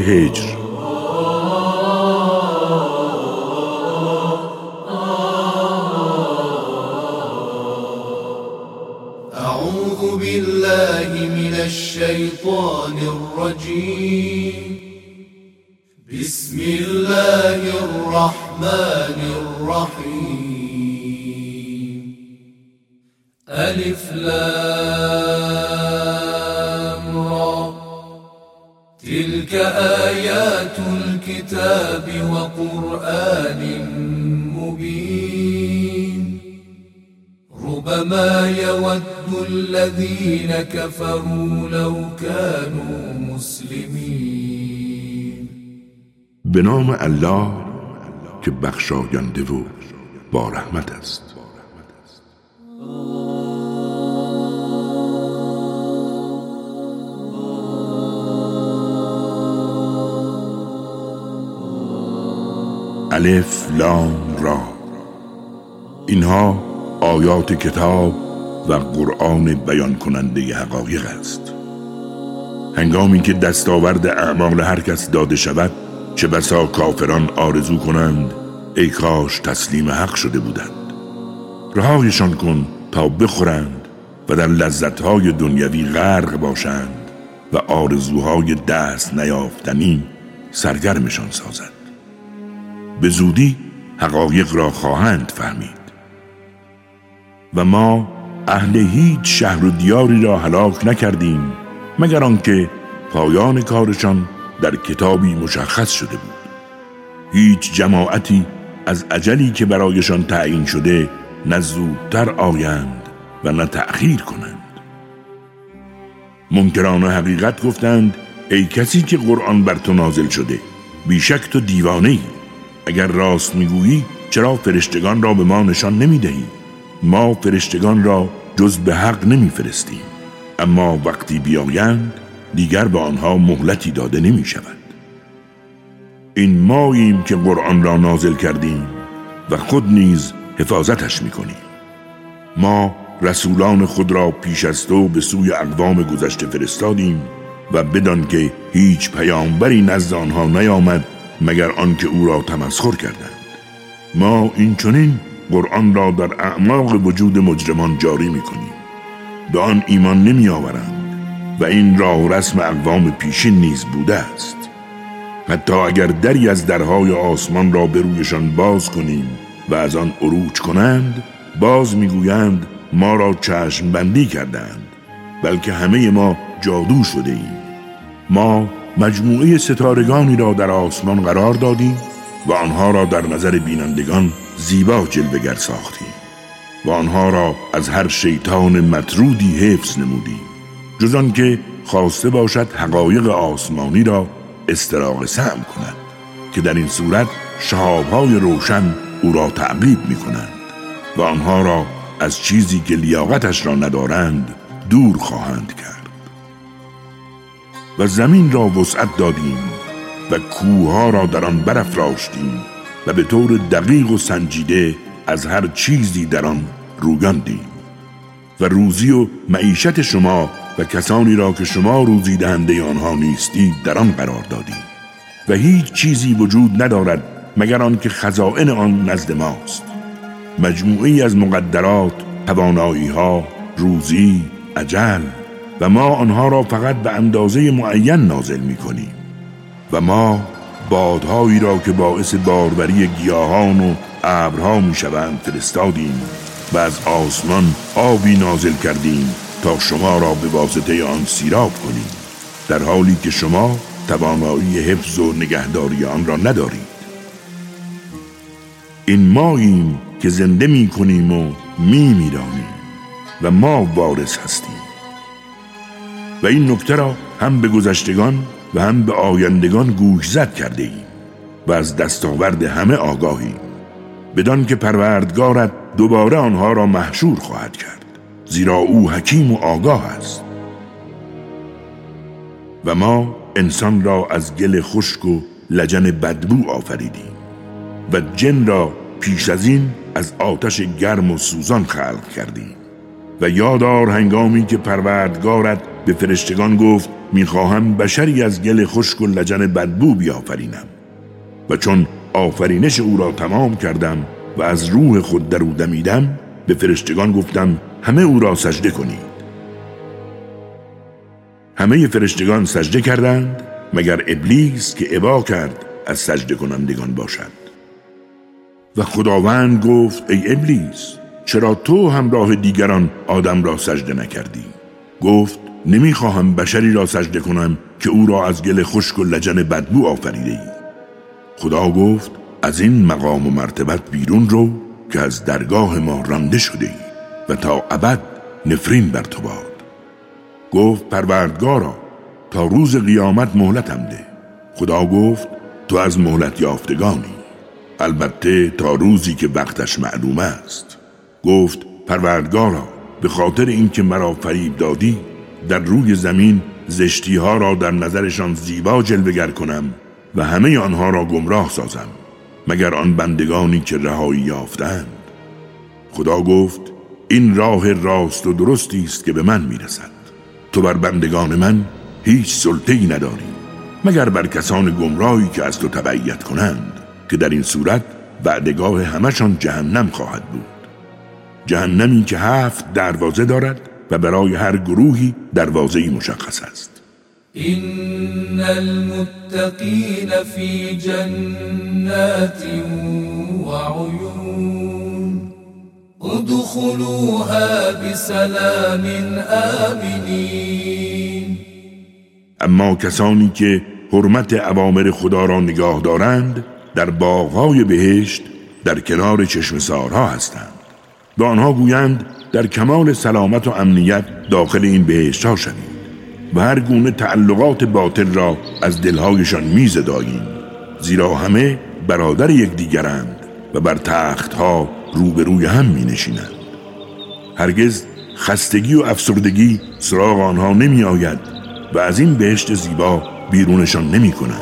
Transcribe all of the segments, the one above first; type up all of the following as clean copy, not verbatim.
هجر. اعوذ بالله من الشیطان الرجیم. بسم الله الرحمن الرحیم. الف لام را تلك آیات الكتاب وقرآن مبین. ربما يود الذين كفروا لو كانوا مسلمين. به نام الله که بخشاینده و با رحمت است. الف لام را، اینها آیات کتاب و قرآن بیان کننده حقایق است. هنگامی که دستاورد اعمال هر کس داده شود، چه بسا کافران آرزو کنند ای کاش تسلیم حق شده بودند. رهایشان کن تا بخورند و در لذتهای دنیوی غرق باشند و آرزوهای دست نیافتنی سرگرمشان سازند. به زودی حقایق را خواهند فهمید. و ما اهل هیچ شهر و دیاری را هلاک نکردیم مگر آنکه پایان کارشان در کتابی مشخص شده بود. هیچ جماعتی از اجلی که برایشان تعیین شده نه زودتر آیند و نه تأخیر کنند. منکران حقیقت گفتند ای کسی که قرآن بر تو نازل شده، بیشک تو دیوانه‌ای. اگر راست میگویی چرا فرشتگان را به ما نشان نمیدهی؟ ما فرشتگان را جز به حق نمیفرستیم، اما وقتی بیایند دیگر به آنها مهلتی داده نمی شود. این ماییم که قرآن را نازل کردیم و خود نیز حفاظتش میکنیم. ما رسولان خود را پیش از تو به سوی اقوام گذشته فرستادیم و بدان که هیچ پیامبری نزد آنها نیامد مگر آنکه او را تمسخر کردند. ما این چنین قرآن را در اعماق وجود مجرمان جاری میکنیم. به آن ایمان نمی آورند و این راه و رسم اقوام پیشین نیز بوده است. حتی اگر دری از درهای آسمان را به رویشان باز کنیم و از آن عروج کنند، باز میگویند ما را چشم بندی کردند، بلکه همه ما جادو شده ایم. ما مجموعه ستارگانی را در آسمان قرار دادیم و آنها را در نظر بینندگان زیبا جلوه‌گر ساختیم و آنها را از هر شیطان مطرودی حفظ نمودیم، جز آن که خواسته باشد حقایق آسمانی را استراق سهم کند که در این صورت شهاب‌های روشن او را تعقیب می کنند و آنها را از چیزی که لیاقتش را ندارند دور خواهند کرد. و زمین را وسعت دادیم و کوه‌ها را در آن برافراشتیم و به طور دقیق و سنجیده از هر چیزی در آن رویاندیم و روزی و معیشت شما و کسانی را که شما روزی دهنده آنها نیستید در آن قرار دادیم و هیچ چیزی وجود ندارد مگر آن که خزائن آن نزد ماست. مجموعی از مقدرات، توانایی‌ها، روزی، اجل و ما آنها را فقط به اندازه معین نازل می‌کنیم. و ما بادهایی را که باعث باروری گیاهان و ابرها می‌شوند فرستادیم و از آسمان آبی نازل کردیم تا شما را به واسطه آن سیراب کنیم، در حالی که شما توانایی حفظ و نگهداری آن را ندارید. این ماییم که زنده می‌کنیم و می‌میرانیم و ما وارث هستیم. و این نکته را هم به گذشتگان و هم به آیندگان گوشزد کرده ایم و از دستاورد همه آگاهیم، بدان که پروردگارت دوباره آنها را محشور خواهد کرد، زیرا او حکیم و آگاه است. و ما انسان را از گل خشک و لجن بدبو آفریدیم و جن را پیش از این از آتش گرم و سوزان خلق کردیم. و یادار هنگامی که پروردگارت به فرشتگان گفت میخواهم بشری از گل خشک و لجن بدبو بیافرینم. و چون آفرینش او را تمام کردم و از روح خود در او دمیدم، به فرشتگان گفتم همه او را سجده کنید. همه فرشتگان سجده کردند مگر ابلیس که ابا کرد از سجده کنندگان باشد. و خداوند گفت ای ابلیس، چرا تو همراه دیگران آدم را سجده نکردی؟ گفت نمیخواهم بشری را سجده کنم که او را از گل خشک و لجن بدبو آفریده ای. خدا گفت از این مقام و مرتبت بیرون رو که از درگاه ما رانده شده ای و تا ابد نفرین بر تو باد. گفت پروردگارا تا روز قیامت مهلتم ده. خدا گفت تو از مهلت یافتگانی، البته تا روزی که وقتش معلوم است. گفت پروردگارا به خاطر اینکه مرا فریب دادی در روی زمین زشتی ها را در نظرشان زیبا جلوه‌گر کنم و همه آنها را گمراه سازم مگر آن بندگانی که رهایی یافتند. خدا گفت این راه راست و درستی است که به من میرسد. تو بر بندگان من هیچ سلطه‌ای نداری مگر بر کسان گمراهی که از تو تبعیت کنند، که در این صورت بعدگاه همشان جهنم خواهد بود. جهنمی که 7 دروازه دارد و برای هر گروهی دروازه‌ای مشخص است. إن المتقين في جنات وعيون ادخلوها بسلام آمنين. اما کسانی که حرمت اوامر خدا را نگاه دارند در باغ‌های بهشت در کنار چشمه‌سارها هستند. به آنها گویند در کمال سلامت و امنیت داخل این بهشت‌ها شوید و هر گونه تعلقات باطل را از دلهایشان میزداییم، زیرا همه برادر یکدیگرند و بر تختها روبروی هم می نشینند. هرگز خستگی و افسردگی سراغ آنها نمی آید و از این بهشت زیبا بیرونشان نمی کنند.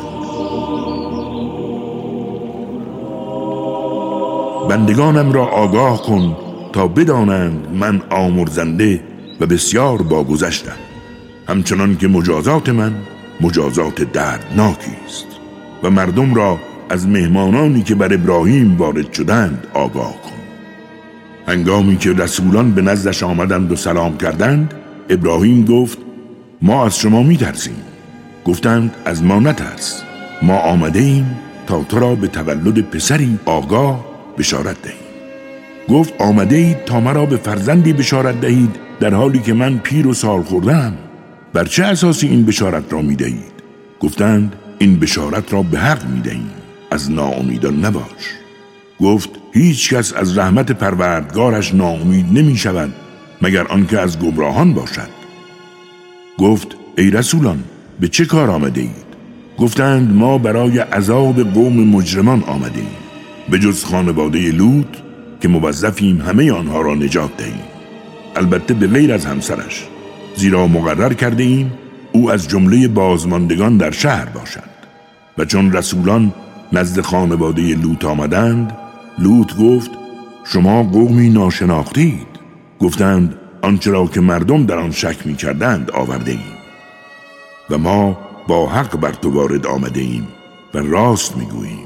بندگانم را آگاه کن تا بدانند من آمرزنده و بسیار باگذشتم، همچنان که مجازات من مجازات دردناکی است. و مردم را از مهمانانی که بر ابراهیم وارد شدند آگاه کن. هنگامی که رسولان به نزدش آمدند و سلام کردند، ابراهیم گفت ما از شما می ترسیم. گفتند از ما نترس، ما آمده ایم تا تو را به تولد پسری آگاه بشارت دهیم. گفت آمده اید تا مرا به فرزندی بشارت دهید در حالی که من پیر و سال خوردم؟ بر چه اساسی این بشارت را می دهید؟ گفتند این بشارت را به حق می دهیم، از ناامیدان نباش. گفت هیچ کس از رحمت پروردگارش ناامید نمی شود مگر آنکه از گمراهان باشد. گفت ای رسولان به چه کار آمده اید؟ گفتند ما برای عذاب قوم مجرمان آمده ایم، به جز خانواده لوط که موظفیم همه آنها را نجات دهیم، البته به غیر از همسرش، زیرا مقرر کرده ایم او از جمله بازماندگان در شهر باشد. و چون رسولان نزد خانواده لوط آمدند، لوط گفت شما قومی ناشناختید. گفتند آنچه را که مردم در آن شک می کردند آورده ایم و ما با حق بر تو وارد آمده ایم و راست می گوییم.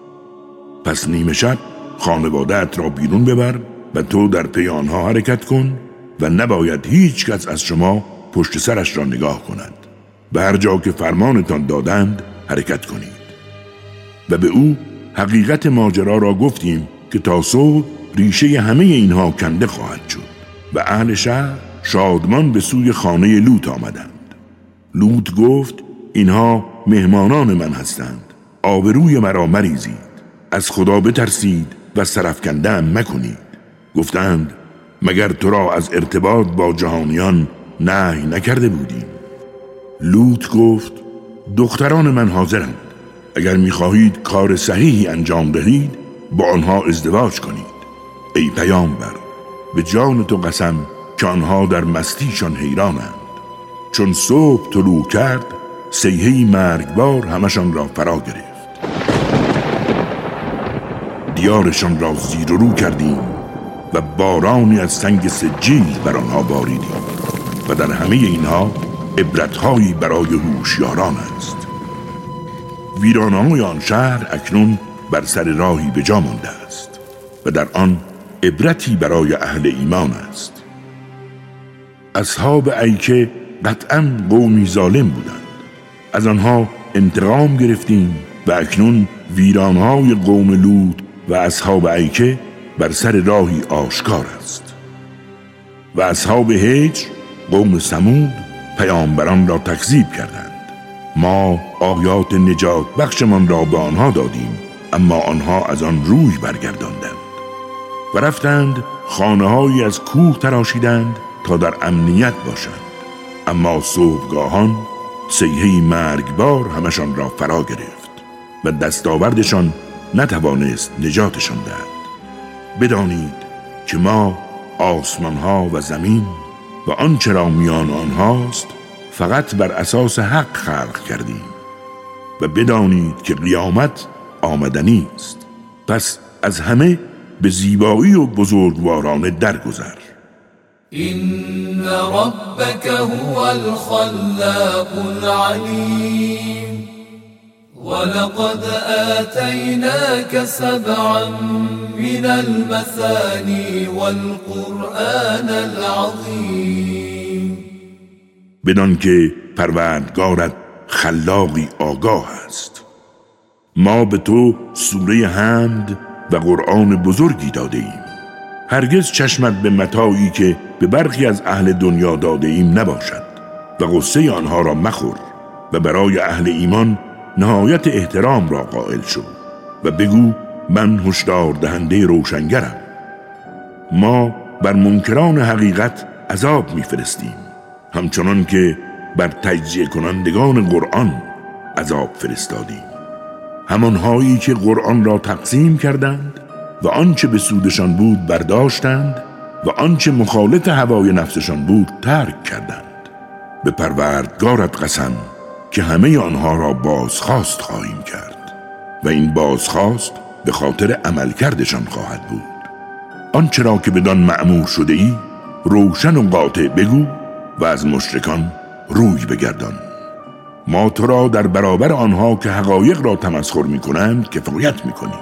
پس نیمه شب خانواده‌ات را بیرون ببر و تو در پی آنها حرکت کن و نباید هیچ کس از شما پشت سرش را نگاه کند. به هر جا که فرمانتان دادند حرکت کنید. و به او حقیقت ماجرا را گفتیم که تا صبح ریشه همه اینها کنده خواهد شد. و اهل شهر شادمان به سوی خانه لوط آمدند. لوط گفت اینها مهمانان من هستند، آبروی مرا مریزید، از خدا بترسید و سرفکنده مکنید. گفتند مگر تو را از ارتباط با جهانیان نهی نکرده بودیم؟ لوط گفت دختران من حاضرند، اگر می‌خواهید کار صحیحی انجام دهید با آنها ازدواج کنید. ای پیامبر به جان تو قسم که آنها در مستیشان حیرانند. چون صبح طلوع کرد صیحه‌ای مرگبار همشان را فرا گرفت. دیارشان را زیر و رو کردیم و بارانی از سنگ سجیل بر آنها باریدیم و در همه اینها عبرت‌هایی برای هوشیاران است. ویرانه‌های آن شهر اکنون بر سر راهی به جا مانده است و در آن عبرتی برای اهل ایمان است. اصحاب ایکه قطعاً قومی ظالم بودند. از آنها انتقام گرفتیم و اکنون ویرانهای قوم لوط و اصحاب ایکه بر سر راهی آشکار است. و اصحاب هجر قوم ثمود پیامبران را تکذیب کردند. ما آیات نجات بخشمان را به آنها دادیم، اما آنها از آن روی برگرداندند و رفتند خانه‌هایی از کوه تراشیدند تا در امنیت باشند، اما صبحگاهان صیحه‌ای مرگبار همشان را فرا گرفت و دستاوردشان نتوانست نجاتشان دهد. بدانید که ما آسمان‌ها و زمین و آنچه را میان آنهاست فقط بر اساس حق خلق کردیم و بدانید که قیامت آمدنی است. پس از همه به زیبایی و بزرگوارانه درگذر. إن ربك هو الخلاق العليم ولقد آتيناك 7 من المثاني والقرآن العظيم. بدان که پروردگارت خلاقی آگاه است. ما به تو سوره حمد و قرآن بزرگی داده ایم. هرگز چشمت به متاعی که به برخی از اهل دنیا داده ایم نباشد و غصه آنها را مخور و برای اهل ایمان نهایت احترام را قائل شو و بگو من هشدار دهنده روشنگرم. ما بر منکران حقیقت عذاب میفرستیم، همچنان که بر تجزیه کنندگان قرآن عذاب فرستادیم. همانهایی که قرآن را تقسیم کردند و آنچه به سودشان بود برداشتند و آنچه مخالف هوای نفسشان بود ترک کردند. به پروردگارت قسم که همه آنها را بازخواست خواهیم کرد و این بازخواست به خاطر عملکردشان خواهد بود. آنچه را که بدان مأمور شده ای روشن و قاطع بگو و از مشرکان روی بگردان. ما تو را در برابر آنها که حقایق را تمسخر می کنند کفایت می کنیم.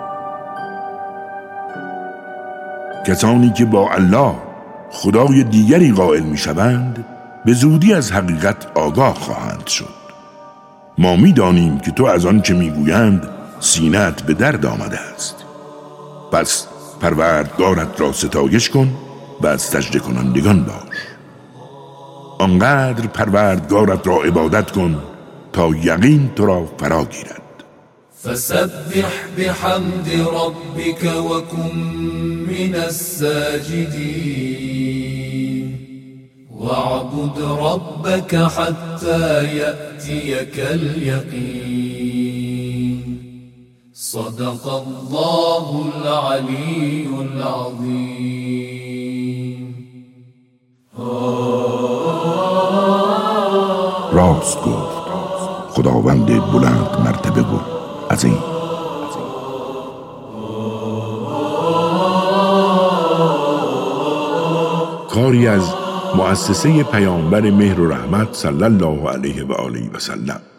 کسانی که با الله خدای دیگری قائل می شوند به زودی از حقیقت آگاه خواهند شد. ما می دانیم که تو از آن چه می گویند سینه‌ات به درد آمده است. پس پروردگارت را ستایش کن و از سجده کنندگان باش. آنقدر پروردگارت را عبادت کن تا یقین تو را فرا گیرد. فسبح بحمد ربك وكن من الساجدين واعبد ربك حتى يأتيك اليقين. صدق الله العلي العظيم. راست گفت خداوند بلند مرتبه و عظیم. کاری از مؤسسه پیامبر مهر و رحمت صلی الله علیه و آله و سلم.